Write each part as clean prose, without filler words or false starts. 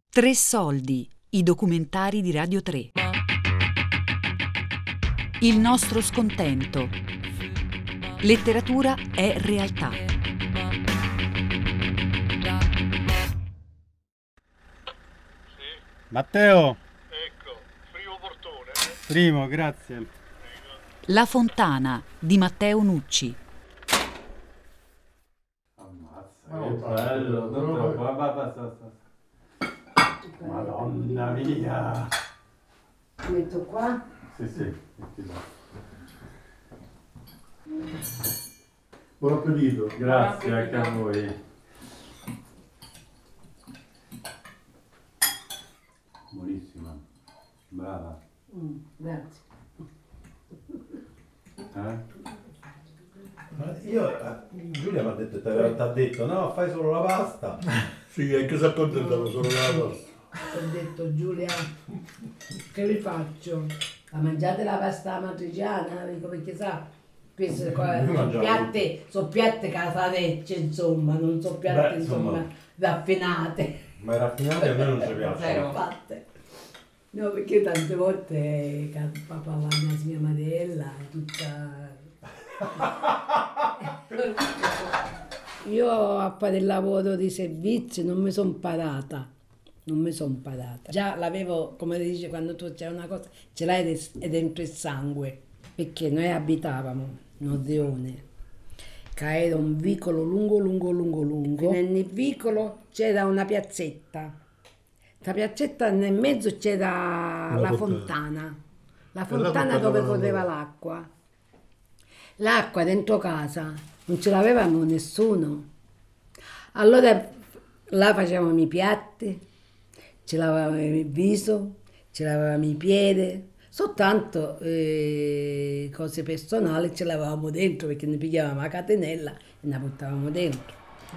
Tre soldi, i documentari di Radio 3. Il nostro scontento. Letteratura è realtà. Matteo! Ecco, primo portone. Primo, grazie. La Fontana di Matteo Nucci. Ammazza, che bello! Basta. Madonna mia! Metto qua. Sì, metti là. Buon appetito. Grazie anche a voi. Buonissima. Brava. Grazie. Ma Giulia mi ha detto, t'ha detto no, fai solo la pasta. Sì, è che si accontentano solo la pasta. Ho detto Giulia, che vi faccio? La mangiate la pasta matriciana? Dico, perché sa, queste sono piatte casarecce, insomma, non sono piatte insomma raffinate. Ma i raffinati a me non ci piacciono. Fatte. No, perché tante volte papà va a mia madrella, tutta... Io a fare il lavoro di servizio non mi sono parata. Già l'avevo, come si dice, quando tu c'è una cosa, ce l'hai dentro il sangue. Perché noi abitavamo in Odeone, che era un vicolo lungo. Nel vicolo c'era una piazzetta. La piazzetta nel mezzo c'era la fontana. La fontana dove correva l'acqua. L'acqua dentro casa non ce l'avevamo nessuno. Allora là facevamo i piatti, ci lavavamo il viso, ci lavavamo i piedi, soltanto cose personali ce lavavamo dentro perché ne pigliavamo la catenella e ne portavamo dentro.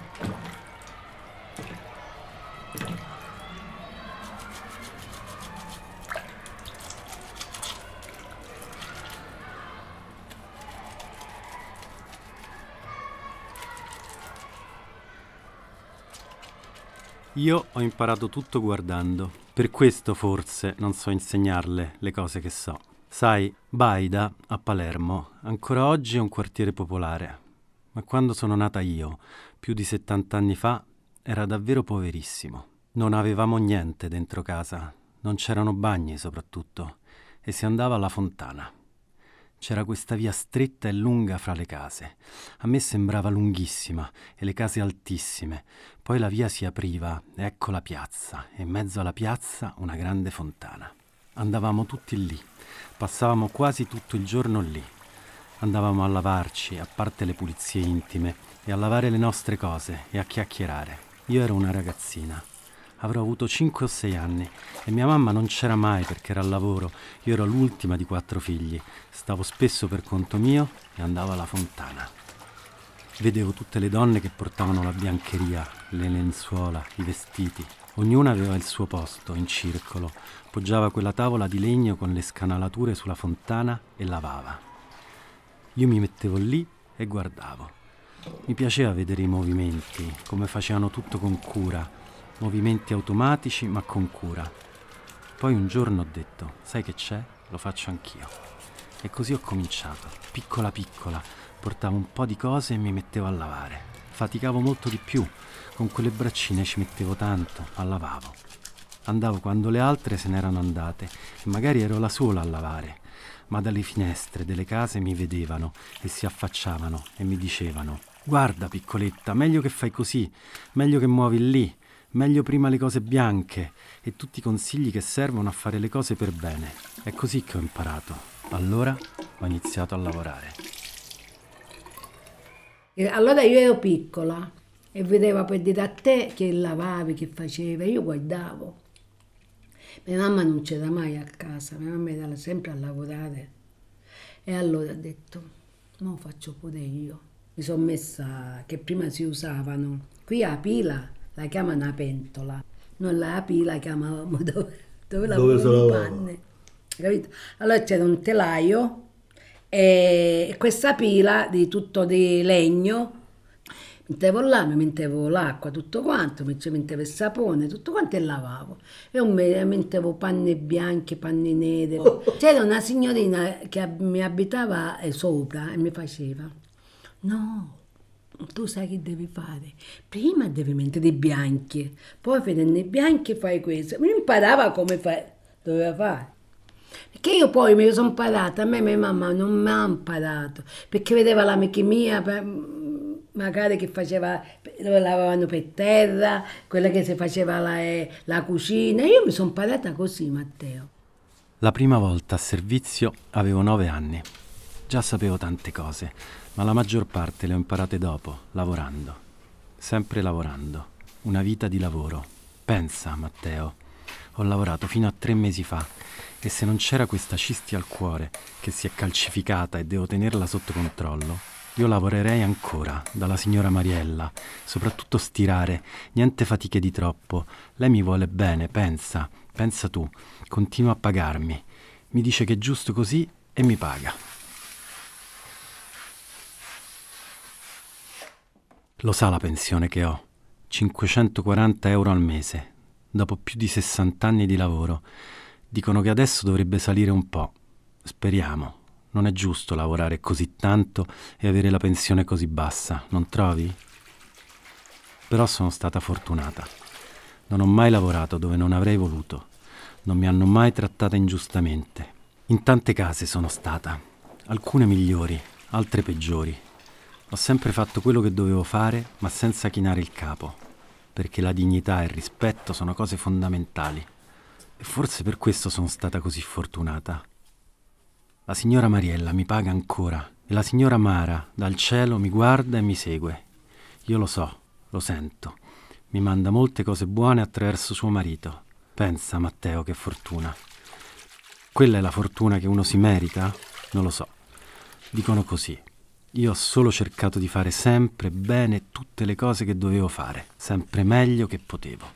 Io ho imparato tutto guardando. Per questo forse non so insegnarle le cose che so. Sai, Baida, a Palermo, ancora oggi è un quartiere popolare. Ma quando sono nata io, più di 70 anni fa, era davvero poverissimo. Non avevamo niente dentro casa, non c'erano bagni soprattutto, e si andava alla fontana. C'era questa via stretta e lunga fra le case. A me sembrava lunghissima e le case altissime. Poi la via si apriva e ecco la piazza, e in mezzo alla piazza una grande fontana. Andavamo tutti lì, passavamo quasi tutto il giorno lì. Andavamo a lavarci, a parte le pulizie intime, e a lavare le nostre cose e a chiacchierare. Io ero una ragazzina. Avrò avuto 5 o 6 anni e mia mamma non c'era mai perché era al lavoro. Io ero l'ultima di 4 figli. Stavo spesso per conto mio e andavo alla fontana. Vedevo tutte le donne che portavano la biancheria, le lenzuola, i vestiti. Ognuna aveva il suo posto, in circolo. Poggiava quella tavola di legno con le scanalature sulla fontana e lavava. Io mi mettevo lì e guardavo. Mi piaceva vedere i movimenti, come facevano tutto con cura. Movimenti automatici ma con cura. Poi un giorno ho detto, sai che c'è? Lo faccio anch'io. E così ho cominciato, piccola, portavo un po' di cose e mi mettevo a lavare. Faticavo molto di più, con quelle braccine ci mettevo tanto, ma lavavo. Andavo quando le altre se n'erano andate e magari ero la sola a lavare, ma dalle finestre delle case mi vedevano e si affacciavano e mi dicevano, guarda piccoletta, meglio che fai così, meglio che muovi lì, meglio prima le cose bianche e tutti i consigli che servono a fare le cose per bene. È così che ho imparato. Allora ho iniziato a lavorare. E allora io ero piccola e vedevo per dire a te che lavavi, che facevi, io guardavo. Mia mamma non c'era mai a casa, mia mamma era sempre a lavorare. E allora ho detto, ma lo faccio pure io. Mi sono messa, che prima si usavano, qui a pila la chiamano una pentola, noi la pila la chiamavamo dove lavavano le panne, capito? Allora c'era un telaio e questa pila di tutto di legno Mettevo là, mi mettevo l'acqua, tutto quanto, mi ci mettevo il sapone, tutto quanto e lavavo. E mettevo panni bianchi, panni neri. C'era una signorina che mi abitava sopra e mi faceva, no, tu sai che devi fare? Prima devi mettere i bianchi, poi vedendo i bianchi fai questo. Mi imparava come doveva fare. Perché io poi mi sono imparata, a me mia mamma non mi ha imparato, perché vedeva l'amica mia, magari che faceva, lavavano per terra, quella che si faceva la cucina, io mi sono imparata così, Matteo. La prima volta a servizio avevo 9 anni. Già sapevo tante cose, ma la maggior parte le ho imparate dopo, lavorando. Sempre lavorando. Una vita di lavoro. Pensa, Matteo, ho lavorato fino a 3 mesi fa e se non c'era questa cisti al cuore che si è calcificata e devo tenerla sotto controllo, io lavorerei ancora, dalla signora Mariella, soprattutto stirare, niente fatiche di troppo. Lei mi vuole bene, pensa tu, continua a pagarmi. Mi dice che è giusto così e mi paga. Lo sa la pensione che ho, 540 euro al mese, dopo più di 60 anni di lavoro. Dicono che adesso dovrebbe salire un po'. Speriamo. Non è giusto lavorare così tanto e avere la pensione così bassa, non trovi? Però sono stata fortunata. Non ho mai lavorato dove non avrei voluto. Non mi hanno mai trattata ingiustamente. In tante case sono stata, alcune migliori, altre peggiori. Ho sempre fatto quello che dovevo fare, ma senza chinare il capo, perché la dignità e il rispetto sono cose fondamentali. E forse per questo sono stata così fortunata. La signora Mariella mi paga ancora e la signora Mara dal cielo mi guarda e mi segue. Io lo so, lo sento. Mi manda molte cose buone attraverso suo marito. Pensa, Matteo, che fortuna. Quella è la fortuna che uno si merita? Non lo so. Dicono così. Io ho solo cercato di fare sempre bene tutte le cose che dovevo fare, sempre meglio che potevo.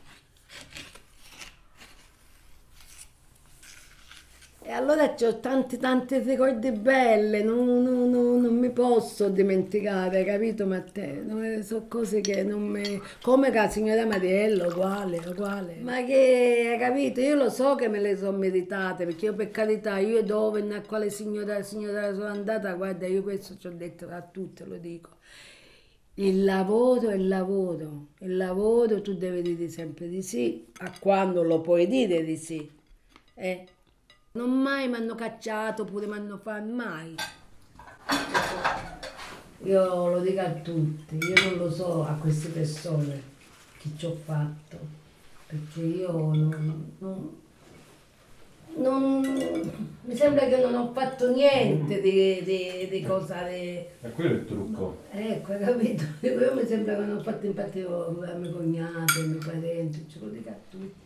E allora ho tante ricordi belle, non mi posso dimenticare, capito Matteo? Sono cose che non mi... Come la signora Mariella, uguale. Ma che, hai capito? Io lo so che me le sono meritate, perché io per carità, io dove, a quale signora sono andata, guarda, io questo ci ho detto a tutte, lo dico. Il lavoro è il lavoro, tu devi dire sempre di sì, a quando lo puoi dire di sì. Non mai mi hanno cacciato, pure mi hanno fatto, mai. Io lo dico a tutti, io non lo so a queste persone che ci ho fatto, perché io mi sembra che non ho fatto niente di cosa... E quello è il trucco. Ecco, hai capito? Io mi sembra che non ho fatto infatti a mio cognato, ai miei parenti, ce lo dico a tutti.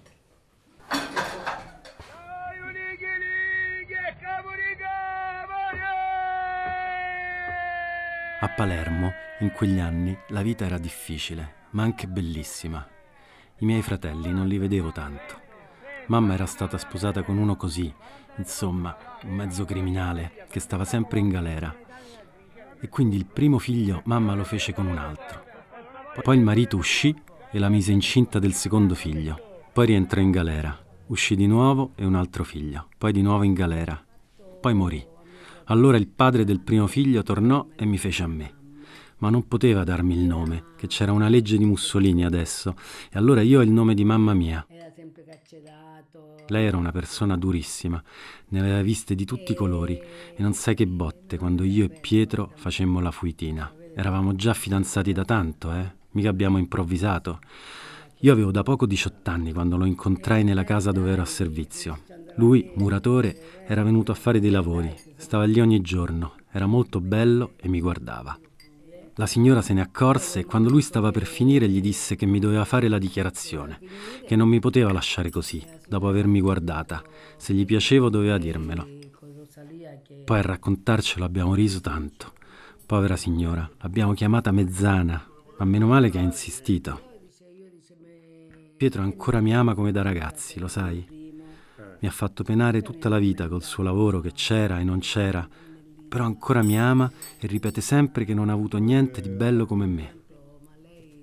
A Palermo, in quegli anni, la vita era difficile, ma anche bellissima. I miei fratelli non li vedevo tanto. Mamma era stata sposata con uno così, insomma, un mezzo criminale, che stava sempre in galera. E quindi il primo figlio mamma lo fece con un altro. Poi il marito uscì e la mise incinta del secondo figlio. Poi rientrò in galera. Uscì di nuovo e un altro figlio. Poi di nuovo in galera. Poi morì. Allora il padre del primo figlio tornò e mi fece a me. Ma non poteva darmi il nome, che c'era una legge di Mussolini adesso, e allora io ho il nome di mamma mia. Lei era una persona durissima, ne aveva viste di tutti i colori, e non sai che botte quando io e Pietro facemmo la fuitina. Eravamo già fidanzati da tanto, mica abbiamo improvvisato. Io avevo da poco 18 anni quando lo incontrai nella casa dove ero a servizio. Lui, muratore, era venuto a fare dei lavori, stava lì ogni giorno, era molto bello e mi guardava. La signora se ne accorse e quando lui stava per finire gli disse che mi doveva fare la dichiarazione, che non mi poteva lasciare così, dopo avermi guardata. Se gli piacevo doveva dirmelo. Poi a raccontarcelo abbiamo riso tanto. Povera signora, l'abbiamo chiamata mezzana, ma meno male che ha insistito. Pietro ancora mi ama come da ragazzi, lo sai? Mi ha fatto penare tutta la vita col suo lavoro che c'era e non c'era, però ancora mi ama e ripete sempre che non ha avuto niente di bello come me.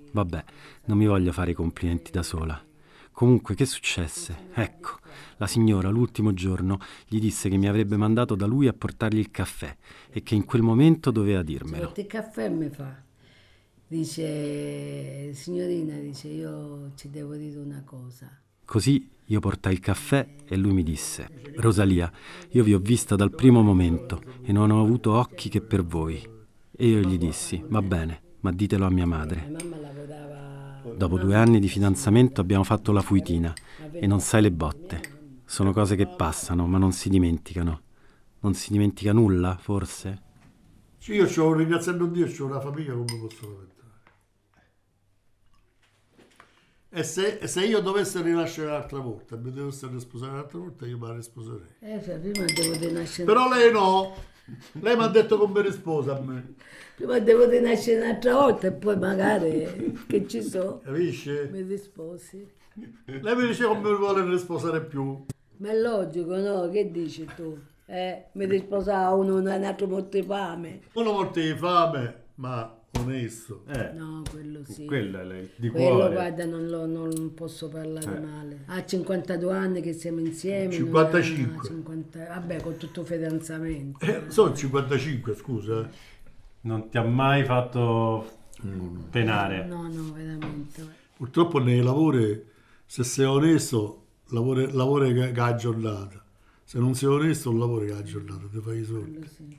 Vabbè, non mi voglio fare i complimenti da sola. Comunque, che successe? Ecco, la signora l'ultimo giorno gli disse che mi avrebbe mandato da lui a portargli il caffè e che in quel momento doveva dirmelo. Il caffè mi fa. Dice, signorina, dice, io ci devo dire una cosa. Così io portai il caffè e lui mi disse: Rosalia, io vi ho vista dal primo momento e non ho avuto occhi che per voi. E io gli dissi: va bene, ma ditelo a mia madre. Mia mamma lavorava... Dopo 2 anni di fidanzamento abbiamo fatto la fuitina e non sai le botte. Sono cose che passano, ma non si dimenticano. Non si dimentica nulla, forse? Sì, io c'ho, ringraziando Dio, c'ho una famiglia, come posso lamentare. E se io dovessi rinascere un'altra volta, mi dovessi risposare un'altra volta, io me la risposerei. Prima devo rinascere... Però lei no. Lei mi ha detto come risposa a me. Prima devo rinascere un'altra volta e poi magari, che ci so, Capisci? mi risposi. Lei mi dice come mi vuole risposare più. Ma è logico, no? Che dici tu? Mi risposava uno un altro morto di fame. Uno morto di fame, ma onesto. No, quello sì. Quella è lei, di Quello, cuore. guarda, non posso parlare male. Ha 52 anni che siamo insieme. 55. non ha 50 vabbè, con tutto fidanzamento. Sono 55, scusa. Non ti ha mai fatto penare. No, veramente. Purtroppo nei lavori, se sei onesto, lavori che ha giornata. Se non sei onesto, non lavori che ha giornata, ti fai i soldi. Quello sì.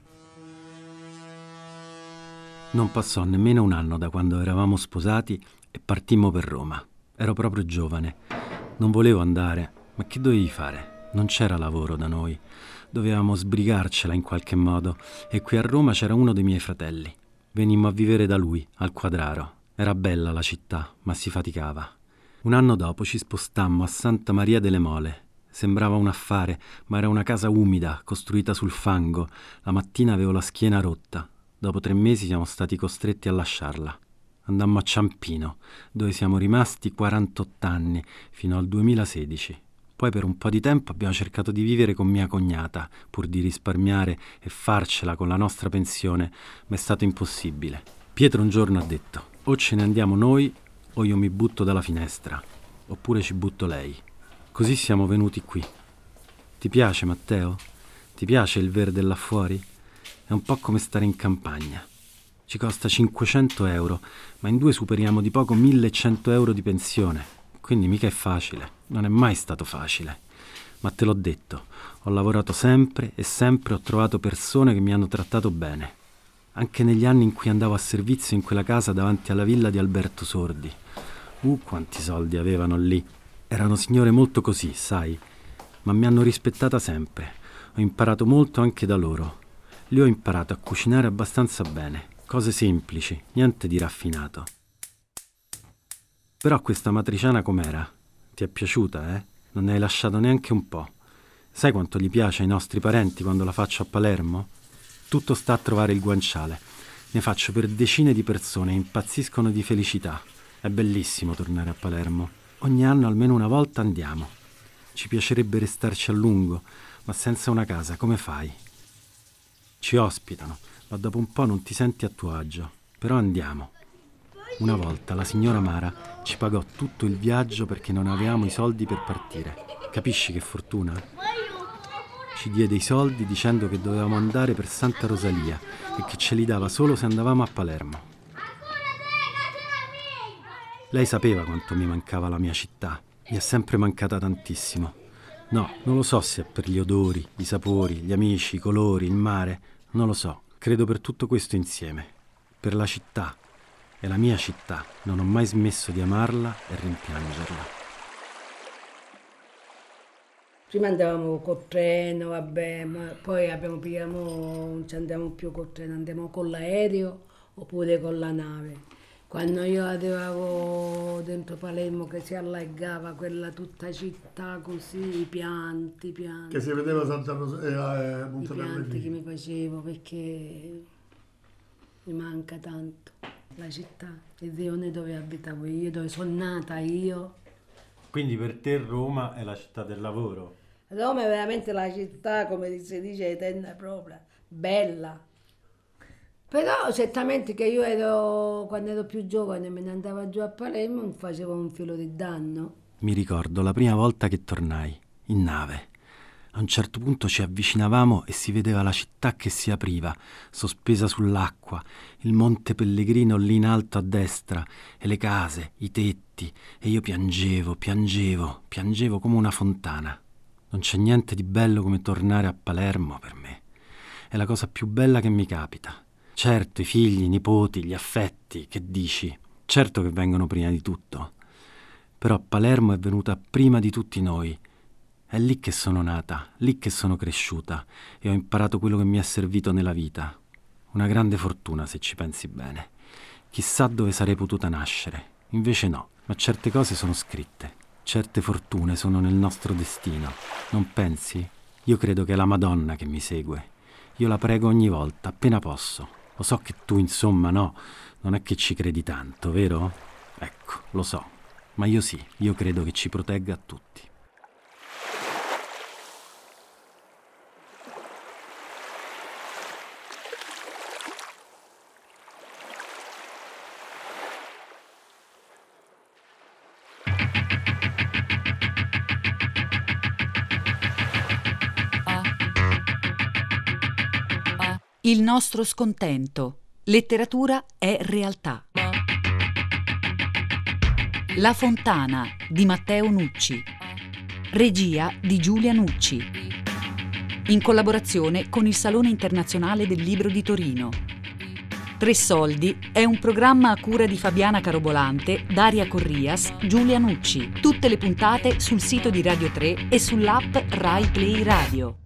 Non passò nemmeno un anno da quando eravamo sposati e partimmo per Roma. Ero proprio giovane. Non volevo andare, ma che dovevi fare? Non c'era lavoro da noi. Dovevamo sbrigarcela in qualche modo e qui a Roma c'era uno dei miei fratelli. Venimmo a vivere da lui, al Quadraro. Era bella la città, ma si faticava. Un anno dopo ci spostammo a Santa Maria delle Mole. Sembrava un affare, ma era una casa umida, costruita sul fango. La mattina avevo la schiena rotta. Dopo 3 mesi siamo stati costretti a lasciarla. Andammo a Ciampino, dove siamo rimasti 48 anni, fino al 2016. Poi per un po' di tempo abbiamo cercato di vivere con mia cognata, pur di risparmiare e farcela con la nostra pensione, ma è stato impossibile. Pietro un giorno ha detto: o ce ne andiamo noi, o io mi butto dalla finestra, oppure ci butto lei. Così siamo venuti qui. Ti piace, Matteo? Ti piace il verde là fuori? È un po' come stare in campagna. Ci costa 500 euro, ma in 2 superiamo di poco 1100 euro di pensione. Quindi mica è facile. Non è mai stato facile. Ma te l'ho detto, ho lavorato sempre e sempre ho trovato persone che mi hanno trattato bene. Anche negli anni in cui andavo a servizio in quella casa davanti alla villa di Alberto Sordi. Quanti soldi avevano lì. Erano signore molto così, sai. Ma mi hanno rispettata sempre. Ho imparato molto anche da loro. Lì ho imparato a cucinare abbastanza bene, cose semplici, niente di raffinato. Però questa matriciana com'era? Ti è piaciuta, eh? Non ne hai lasciato neanche un po'. Sai quanto gli piace ai nostri parenti quando la faccio a Palermo? Tutto sta a trovare il guanciale. Ne faccio per decine di persone e impazziscono di felicità. È bellissimo tornare a Palermo. Ogni anno almeno una volta andiamo. Ci piacerebbe restarci a lungo, ma senza una casa come fai? Ci ospitano, ma dopo un po' non ti senti a tuo agio. Però andiamo. Una volta la signora Mara ci pagò tutto il viaggio perché non avevamo i soldi per partire. Capisci che fortuna? Ci diede i soldi dicendo che dovevamo andare per Santa Rosalia e che ce li dava solo se andavamo a Palermo. Lei sapeva quanto mi mancava la mia città. Mi è sempre mancata tantissimo. No, non lo so se è per gli odori, i sapori, gli amici, i colori, il mare. Non lo so. Credo per tutto questo insieme. Per la città. È la mia città. Non ho mai smesso di amarla e rimpiangerla. Prima andavamo col treno, vabbè, ma poi non ci andiamo più col treno, andiamo con l'aereo oppure con la nave. Quando io arrivavo dentro Palermo che si allagava quella tutta città così, i pianti. Che si vedeva Santa Rosa, I Monte pianti che Perlegrini. mi facevo perché mi manca tanto la città, il rione dove abitavo io, dove sono nata io. Quindi per te Roma è la città del lavoro? Roma è veramente la città, come si dice, eterna propria, bella. Però certamente che io quando ero più giovane, me ne andavo giù a Palermo, mi facevo un filo di danno. Mi ricordo la prima volta che tornai, in nave. A un certo punto ci avvicinavamo e si vedeva la città che si apriva, sospesa sull'acqua, il Monte Pellegrino lì in alto a destra, e le case, i tetti, e io piangevo come una fontana. Non c'è niente di bello come tornare a Palermo per me. È la cosa più bella che mi capita. Certo, i figli, i nipoti, gli affetti, che dici? Certo che vengono prima di tutto. Però Palermo è venuta prima di tutti noi. È lì che sono nata, lì che sono cresciuta e ho imparato quello che mi è servito nella vita. Una grande fortuna, se ci pensi bene. Chissà dove sarei potuta nascere. Invece no, ma certe cose sono scritte. Certe fortune sono nel nostro destino. Non pensi? Io credo che è la Madonna che mi segue. Io la prego ogni volta, appena posso. Lo so che tu, insomma, no, non è che ci credi tanto, vero? Ecco, lo so. Ma io sì, io credo che ci protegga a tutti. Il nostro scontento. Letteratura è realtà. La Fontana di Matteo Nucci. Regia di Giulia Nucci. In collaborazione con il Salone Internazionale del Libro di Torino. Tre Soldi è un programma a cura di Fabiana Carobolante, Daria Corrias, Giulia Nucci. Tutte le puntate sul sito di Radio 3 e sull'app Rai Play Radio.